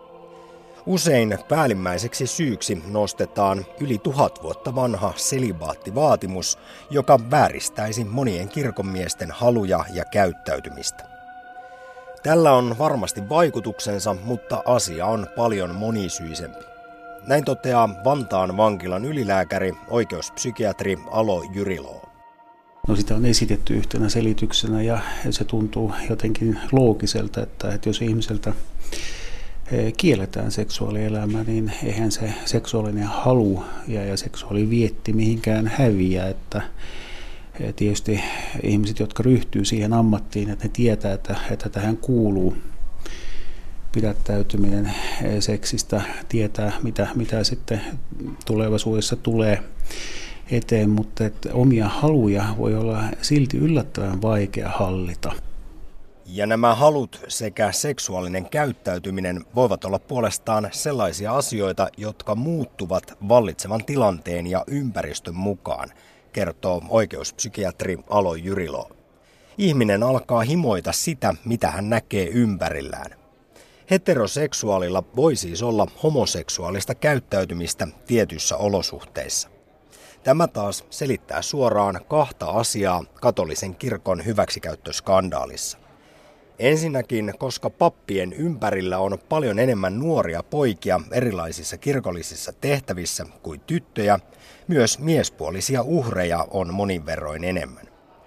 Usein päällimmäiseksi syyksi nostetaan yli tuhat vuotta vanha selibaattivaatimus, joka vääristäisi monien kirkonmiesten haluja ja käyttäytymistä. Tällä on varmasti vaikutuksensa, mutta asia on paljon monisyisempi. Näin toteaa Vantaan vankilan ylilääkäri, oikeuspsykiatri Alo Jyriloo. No sitä on esitetty yhtenä selityksenä ja se tuntuu jotenkin loogiselta, että, että jos ihmiseltä kielletään seksuaalielämä, niin eihän se seksuaalinen halu ja, ja seksuaalivietti mihinkään häviä, että tietysti ihmiset, jotka ryhtyy siihen ammattiin, että ne tietää, että, että tähän kuuluu pidättäytyminen seksistä, tietää mitä, mitä sitten tulevaisuudessa tulee eteen, mutta että omia haluja voi olla silti yllättävän vaikea hallita. Ja nämä halut sekä seksuaalinen käyttäytyminen voivat olla puolestaan sellaisia asioita, jotka muuttuvat vallitsevan tilanteen ja ympäristön mukaan, kertoo oikeuspsykiatri Alo Jyriloo. Ihminen alkaa himoita sitä, mitä hän näkee ympärillään. Heteroseksuaalilla voi siis olla homoseksuaalista käyttäytymistä tietyissä olosuhteissa. Tämä taas selittää suoraan kahta asiaa katolisen kirkon hyväksikäyttöskandaalissa. Ensinnäkin, koska pappien ympärillä on paljon enemmän nuoria poikia erilaisissa kirkollisissa tehtävissä kuin tyttöjä, myös miespuolisia uhreja on monin verroin enemmän.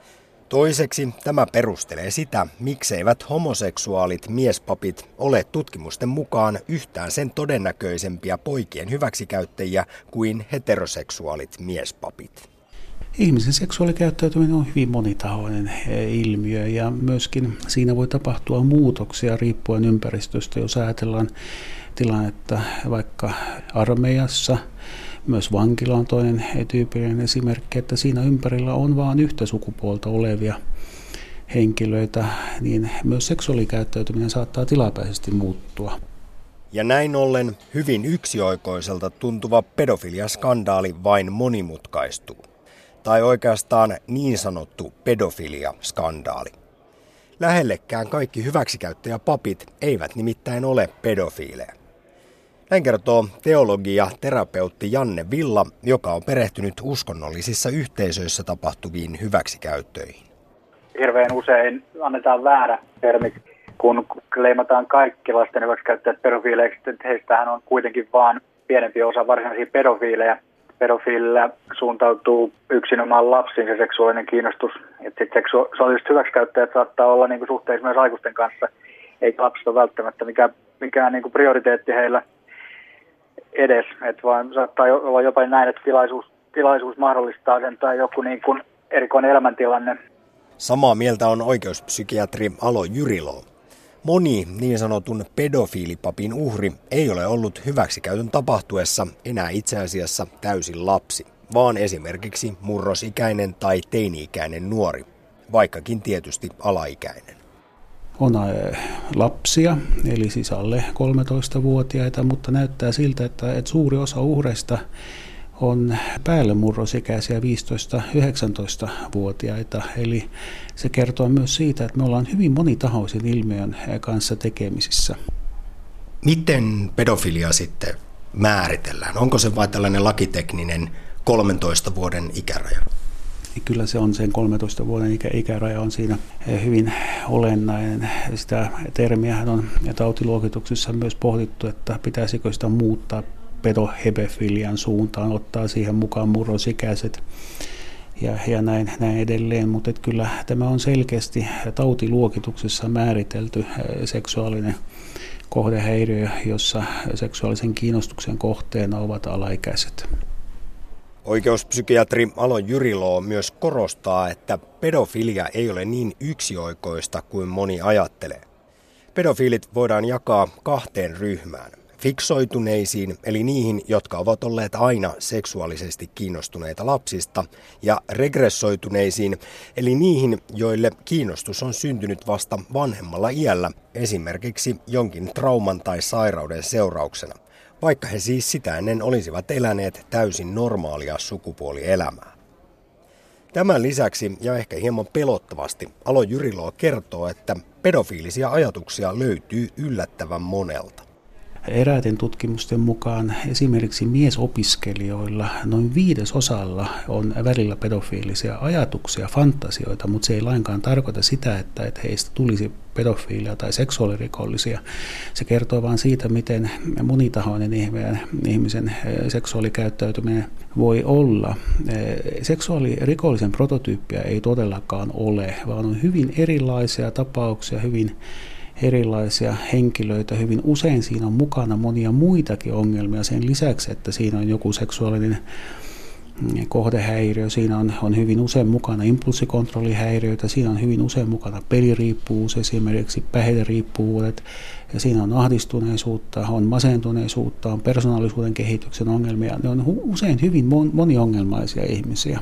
Toiseksi tämä perustelee sitä, mikseivät homoseksuaalit miespapit ole tutkimusten mukaan yhtään sen todennäköisempiä poikien hyväksikäyttäjiä kuin heteroseksuaalit miespapit. Ihmisen seksuaalikäyttäytyminen on hyvin monitahoinen ilmiö ja myöskin siinä voi tapahtua muutoksia riippuen ympäristöstä. Jos ajatellaan tilannetta vaikka armeijassa, myös vankila on toinen tyypillinen esimerkki, että siinä ympärillä on vain yhtä sukupuolta olevia henkilöitä, niin myös seksuaalikäyttäytyminen saattaa tilapäisesti muuttua. Ja näin ollen hyvin yksioikoiselta tuntuva pedofiliaskandaali vain monimutkaistuu. Tai oikeastaan niin sanottu pedofiliaskandaali. Lähellekään kaikki hyväksikäyttäjäpapit eivät nimittäin ole pedofiileja. Näin kertoo teologi ja terapeutti Janne Villa, joka on perehtynyt uskonnollisissa yhteisöissä tapahtuviin hyväksikäyttöihin. Hirveän usein annetaan väärä termi, kun leimataan kaikki lasten hyväksikäyttäjät pedofiileiksi. Heistähän on kuitenkin vain pienempi osa varsinaisia pedofiileja. Pedofiilillä suuntautuu yksinomaan lapsiin se seksuaalinen kiinnostus. Seksuaaliset hyväksikäyttäjät saattaa olla niin kuin suhteessa myös aikuisten kanssa, eikä lapset ole välttämättä mikään, mikään niin kuin prioriteetti heillä edes. Et vaan saattaa olla jopa näin, että tilaisuus, tilaisuus mahdollistaa sen tai joku niin kuin erikoinen elämäntilanne. Samaa mieltä on oikeuspsykiatri Alo Jyriloo. Moni niin sanotun pedofiilipapin uhri ei ole ollut hyväksikäytön tapahtuessa enää itse asiassa täysin lapsi, vaan esimerkiksi murrosikäinen tai teini-ikäinen nuori, vaikkakin tietysti alaikäinen. On lapsia, eli siis alle kolmetoistavuotiaita, mutta näyttää siltä, että, että suuri osa uhreista on päälle murrosikäisiä viisitoista-yhdeksäntoistavuotiaita. Eli se kertoo myös siitä, että me ollaan hyvin monitahoisen ilmiön kanssa tekemisissä. Miten pedofilia sitten määritellään? Onko se vain tällainen lakitekninen kolmentoista vuoden ikäraja? Kyllä se on, sen kolmentoista vuoden ikä, ikäraja on siinä hyvin olennainen. Sitä termiähän on tautiluokituksessa myös pohdittu, että pitäisikö sitä muuttaa pedohebefilian suuntaan, ottaa siihen mukaan murrosikäiset ja, ja näin, näin edelleen. Mutta kyllä tämä on selkeästi tautiluokituksessa määritelty seksuaalinen kohdehäiriö, jossa seksuaalisen kiinnostuksen kohteena ovat alaikäiset. Oikeuspsykiatri Alo Jyriloo myös korostaa, että pedofilia ei ole niin yksioikoista kuin moni ajattelee. Pedofiilit voidaan jakaa kahteen ryhmään. Fiksoituneisiin, eli niihin, jotka ovat olleet aina seksuaalisesti kiinnostuneita lapsista, ja regressoituneisiin, eli niihin, joille kiinnostus on syntynyt vasta vanhemmalla iällä, esimerkiksi jonkin trauman tai sairauden seurauksena, vaikka he siis sitä ennen olisivat eläneet täysin normaalia sukupuolielämää. Tämän lisäksi, ja ehkä hieman pelottavasti, Alo Jyriloo kertoo, että pedofiilisia ajatuksia löytyy yllättävän monelta. Eräiden tutkimusten mukaan esimerkiksi miesopiskelijoilla noin viidesosalla on välillä pedofiilisia ajatuksia, fantasioita, mutta se ei lainkaan tarkoita sitä, että heistä tulisi pedofiilia tai seksuaalirikollisia. Se kertoo vain siitä, miten monitahoinen ihmisen seksuaalikäyttäytyminen voi olla. Seksuaalirikollisen prototyyppiä ei todellakaan ole, vaan on hyvin erilaisia tapauksia, hyvin erilaisia henkilöitä. Hyvin usein siinä on mukana monia muitakin ongelmia sen lisäksi, että siinä on joku seksuaalinen kohdehäiriö. Siinä on, on hyvin usein mukana impulssikontrollihäiriöitä, siinä on hyvin usein mukana peliriippuvuus, esimerkiksi päihderiippuvuudet, ja siinä on ahdistuneisuutta, on masentuneisuutta, on persoonallisuuden kehityksen ongelmia. Ne on hu- usein hyvin mon- moniongelmaisia ihmisiä.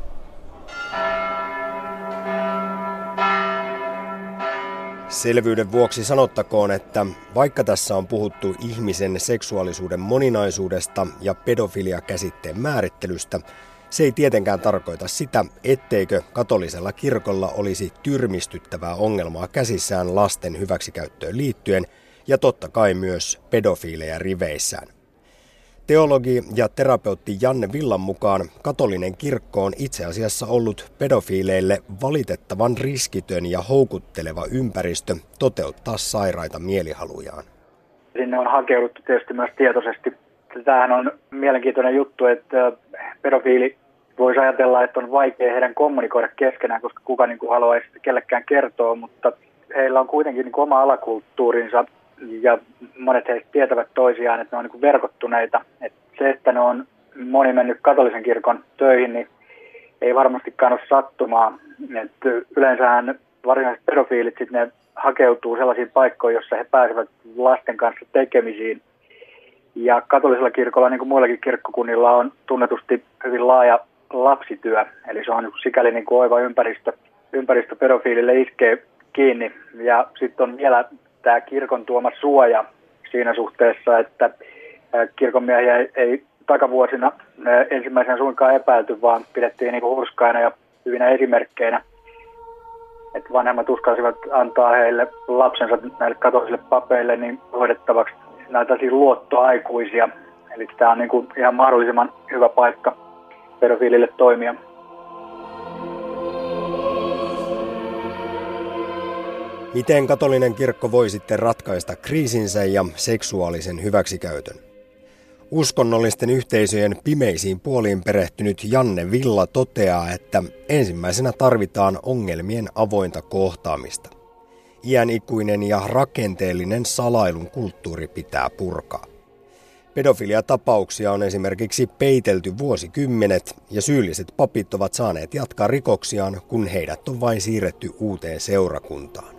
Selvyyden vuoksi sanottakoon, että vaikka tässä on puhuttu ihmisen seksuaalisuuden moninaisuudesta ja pedofilia-käsitteen määrittelystä, se ei tietenkään tarkoita sitä, etteikö katolisella kirkolla olisi tyrmistyttävää ongelmaa käsissään lasten hyväksikäyttöön liittyen ja totta kai myös pedofiileja riveissään. Teologi ja terapeutti Janne Villan mukaan katolinen kirkko on itse asiassa ollut pedofiileille valitettavan riskitön ja houkutteleva ympäristö toteuttaa sairaita mielihalujaan. Sinne on hakeuduttu tietysti myös tietoisesti. Tämähän on mielenkiintoinen juttu, että pedofiili voisi ajatella, että on vaikea heidän kommunikoida keskenään, koska kuka niin kuin haluaisi kellekään kertoa, mutta heillä on kuitenkin niin kuin oma alakulttuurinsa ja monet heistä tietävät toisiaan, että ne on niin kuin verkottuneita. Että se, että ne on moni mennyt katolisen kirkon töihin, niin ei varmastikaan ole sattumaa. Että yleensähän varsinaiset pedofiilit sitten ne hakeutuu sellaisiin paikkoihin, jossa he pääsevät lasten kanssa tekemisiin. Ja katolisella kirkolla, niin kuin muillakin kirkkokunnilla, on tunnetusti hyvin laaja lapsityö. Eli se on sikäli niin kuin oiva ympäristö, ympäristö pedofiilille iskee kiinni. Ja sitten on vielä tämä kirkon tuoma suoja siinä suhteessa, että kirkonmiehiä ei, ei takavuosina ensimmäisenä suinkaan epäilty, vaan pidettiin niin kuin hurskaina ja hyvinä esimerkkeinä. Että vanhemmat uskalsivat antaa heille lapsensa näille katolisille papeille niin hoidettavaksi näitä siis luottoaikuisia. Eli tämä on niin kuin ihan mahdollisimman hyvä paikka pedofiilille toimia. Miten katolinen kirkko voi sitten ratkaista kriisinsä ja seksuaalisen hyväksikäytön? Uskonnollisten yhteisöjen pimeisiin puoliin perehtynyt Janne Villa toteaa, että ensimmäisenä tarvitaan ongelmien avointa kohtaamista. Iänikuinen ja rakenteellinen salailun kulttuuri pitää purkaa. Pedofiliatapauksia on esimerkiksi peitelty vuosikymmenet ja syylliset papit ovat saaneet jatkaa rikoksiaan, kun heidät on vain siirretty uuteen seurakuntaan.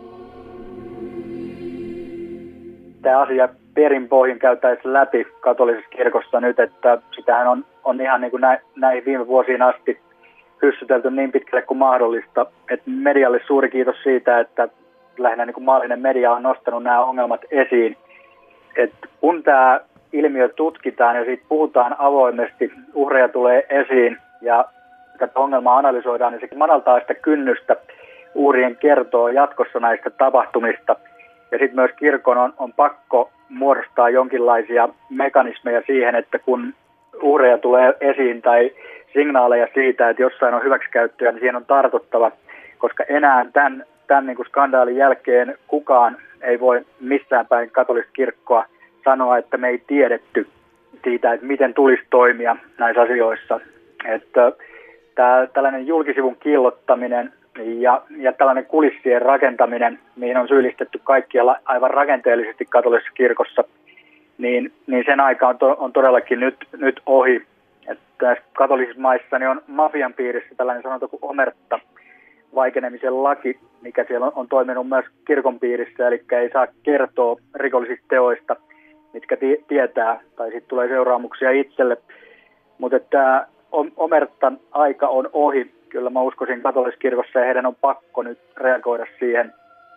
Tämä asia perinpohjin käytäisiin läpi katolisessa kirkossa nyt, että sitähän on, on ihan niin kuin näin, näihin viime vuosiin asti hyssytelty niin pitkälle kuin mahdollista. Että medialle suuri kiitos siitä, että lähinnä niin kuin maallinen media on nostanut nämä ongelmat esiin. Että kun tämä ilmiö tutkitaan ja siitä puhutaan avoimesti, uhreja tulee esiin ja tätä ongelmaa analysoidaan, niin se madaltaa sitä kynnystä uhrien kertoo jatkossa näistä tapahtumista. Ja sitten myös kirkon on, on pakko muodostaa jonkinlaisia mekanismeja siihen, että kun uhreja tulee esiin tai signaaleja siitä, että jossain on hyväksikäyttöä, niin siihen on tartuttava, koska enää tämän, tämän niin kuin skandaalin jälkeen kukaan ei voi missään päin katolista kirkkoa sanoa, että me ei tiedetty siitä, että miten tulisi toimia näissä asioissa. Että tämä, tällainen julkisivun kiillottaminen ja, ja tällainen kulissien rakentaminen, mihin on syyllistetty kaikkialla aivan rakenteellisesti katolisessa kirkossa, niin, niin sen aika on, to, on todellakin nyt, nyt ohi. Että katolisissa maissa niin on mafian piirissä tällainen sanonta kuin omerta, vaikenemisen laki, mikä siellä on, on toiminut myös kirkon piirissä, eli ei saa kertoa rikollisista teoista, mitkä t- tietää, tai sitten tulee seuraamuksia itselle. Mutta tämä omertan aika on ohi. Kyllä mä uskoisin katoliskirkossa ja heidän on pakko nyt reagoida siihen.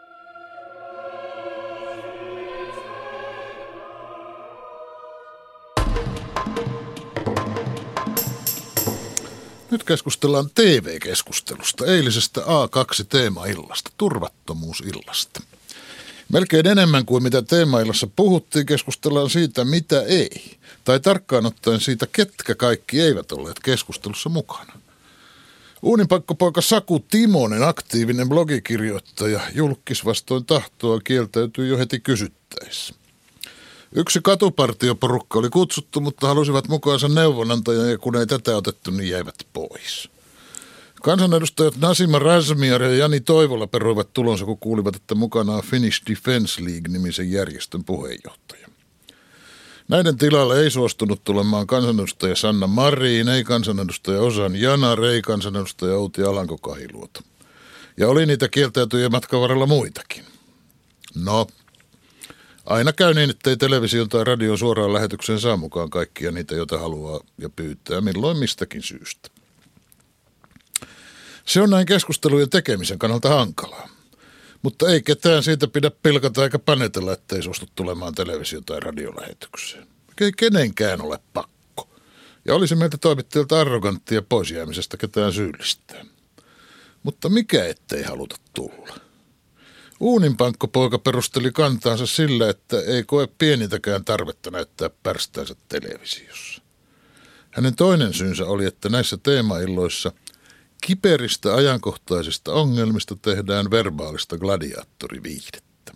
Nyt keskustellaan T V-keskustelusta, eilisestä A kaksi teemaillasta, turvattomuusillasta. Melkein enemmän kuin mitä teemaillassa puhuttiin, keskustellaan siitä, mitä ei. Tai tarkkaan ottaen siitä, ketkä kaikki eivät olleet keskustelussa mukana. Uuninpaikkopoika Saku Timonen, aktiivinen blogikirjoittaja, julkis vastoin tahtoa kieltäytyi jo heti kysyttäessä. Yksi katupartioporukka oli kutsuttu, mutta halusivat mukaansa neuvonantajan ja kun ei tätä otettu, niin jäivät pois. Kansanedustajat Nasima Razmyar ja Jani Toivola peruivat tulonsa, kun kuulivat, että mukana on Finnish Defence League-nimisen järjestön puheenjohtaja. Näiden tilalle ei suostunut tulemaan kansanedustaja Sanna Marin, ei kansanedustaja Ozan Yanar, ei kansanedustaja Outi Alanko-Kahiluoto. Ja oli niitä kieltäytyjä matkan varrella muitakin. No, aina käy niin, ettei television tai radion suoraan lähetykseen saa mukaan kaikkia niitä, joita haluaa ja pyytää, milloin mistäkin syystä. Se on näin keskustelujen tekemisen kannalta hankalaa. Mutta ei ketään siitä pidä pilkata eikä panetella, ettei suostu tulemaan televisio- tai radiolähetykseen. Ei kenenkään ole pakko. Ja olisi meiltä toimittajilta arroganttia pois jäämisestä ketään syyllistää. Mutta mikä ettei haluta tulla? Uuninpankkopoika perusteli kantaansa sillä, että ei koe pienintäkään tarvetta näyttää pärstäänsä televisiossa. Hänen toinen syynsä oli, että näissä teemailloissa kiperistä ajankohtaisista ongelmista tehdään verbaalista gladiaattoriviihdettä.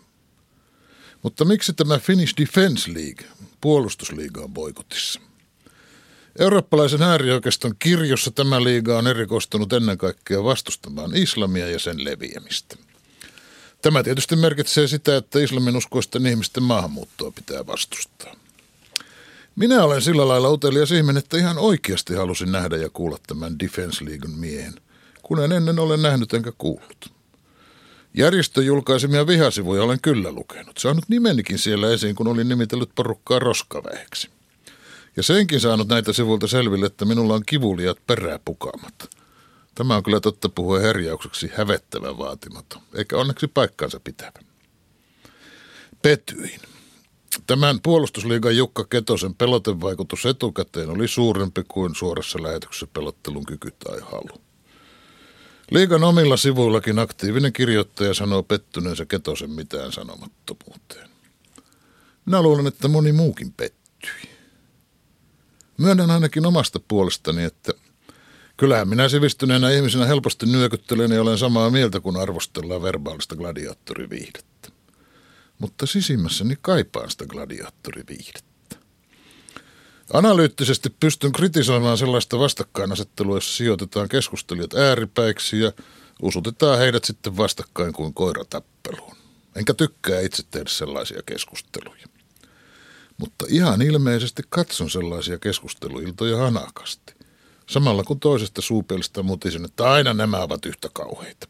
Mutta miksi tämä Finnish Defence League, puolustusliiga, on boikotissa? Eurooppalaisen äärioikeiston kirjossa tämä liiga on erikoistunut ennen kaikkea vastustamaan islamia ja sen leviämistä. Tämä tietysti merkitsee sitä, että islaminuskoisten ihmisten maahanmuuttoa pitää vastustaa. Minä olen sillä lailla utelias ihminen, että ihan oikeasti halusin nähdä ja kuulla tämän Defense League'n miehen, kun en ennen ole nähnyt enkä kuullut. Järjestön julkaisemia vihasivuja olen kyllä lukenut. Saanut nimenikin siellä esiin, kun olin nimitellyt porukkaa roskaväeksi. Ja senkin saanut näitä sivuilta selville, että minulla on kivuliat peräpukamat. Tämä on kyllä totta puhua herjaukseksi hävettävän vaatimaton, eikä onneksi paikkaansa pitävä. Petyin. Tämän puolustusliigan Jukka Ketosen pelotevaikutus etukäteen oli suurempi kuin suorassa lähetyksessä pelottelun kyky tai halu. Liigan omilla sivuillakin aktiivinen kirjoittaja sanoo pettyneensä Ketosen mitään sanomattomuuteen. Minä luulen, että moni muukin pettyi. Myönnän ainakin omasta puolestani, että kyllähän minä sivistyneenä ihmisenä helposti nyökyttelen ja olen samaa mieltä, kun arvostellaan verbaalista gladiaattoriviihdettä. Mutta sisimmässäni kaipaan sitä gladiaattoriviihdettä. Analyyttisesti pystyn kritisoimaan sellaista vastakkainasettelua, jossa sijoitetaan keskustelijat ääripäiksi ja usutetaan heidät sitten vastakkain kuin koiratappeluun. Enkä tykkää itse tehdä sellaisia keskusteluja. Mutta ihan ilmeisesti katson sellaisia keskusteluiltoja hanakasti. Samalla kun toisesta suupielistä mutisen, että aina nämä ovat yhtä kauheita.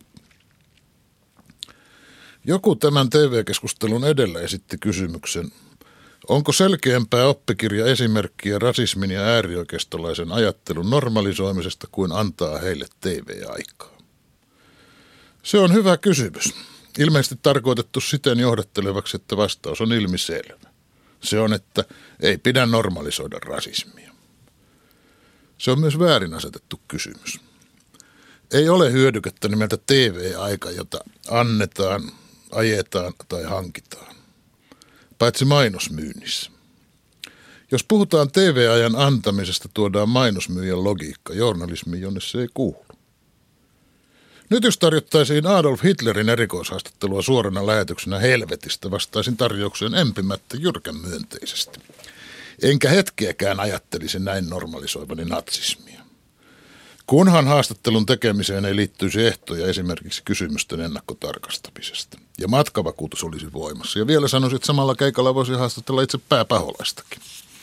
Joku tämän T V-keskustelun edellä esitti kysymyksen, onko selkeämpää oppikirja esimerkkiä rasismin ja äärioikeistolaisen ajattelun normalisoimisesta kuin antaa heille T V-aikaa? Se on hyvä kysymys. Ilmeisesti tarkoitettu siten johdattelevaksi, että vastaus on ilmiselvä. Se on, että ei pidä normalisoida rasismia. Se on myös väärin asetettu kysymys. Ei ole hyödykettä nimeltä T V-aika, jota annetaan, ajetaan tai hankitaan. Paitsi mainosmyynnissä. Jos puhutaan T V-ajan antamisesta, tuodaan mainosmyyjän logiikka journalismiin, jonne se ei kuulu. Nyt jos tarjottaisiin Adolf Hitlerin erikoishaastattelua suorana lähetyksenä helvetistä, vastaisin tarjoukseen empimättä jyrkän myönteisesti. Enkä hetkeäkään ajattelisi näin normalisoivani natsismia. Kunhan haastattelun tekemiseen ei liittyisi ehtoja esimerkiksi kysymysten ennakkotarkastamisesta. Ja matkavakuutus olisi voimassa. Ja vielä sanoisin, että samalla keikalla voisi haastatella itse pääpaholaistakin.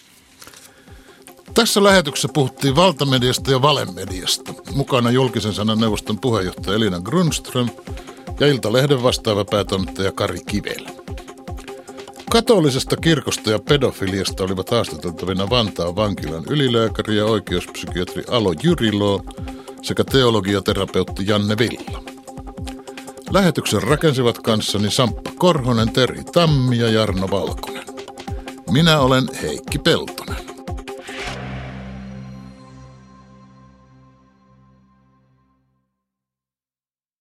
Tässä lähetyksessä puhuttiin valtamediasta ja valemediasta. Mukana julkisen sanan neuvoston puheenjohtaja Elina Grundström ja Iltalehden vastaava päätoimittaja Kari Kivelä. Katolisesta kirkosta ja pedofiliasta olivat haastateltavina Vantaan vankilan ylilääkäri ja oikeuspsykiatri Alo Jyriloo sekä teologiaterapeutti Janne Villa. Lähetyksen rakensivat kanssani Samppa Korhonen, Teri Tammi ja Jarno Valkonen. Minä olen Heikki Peltonen.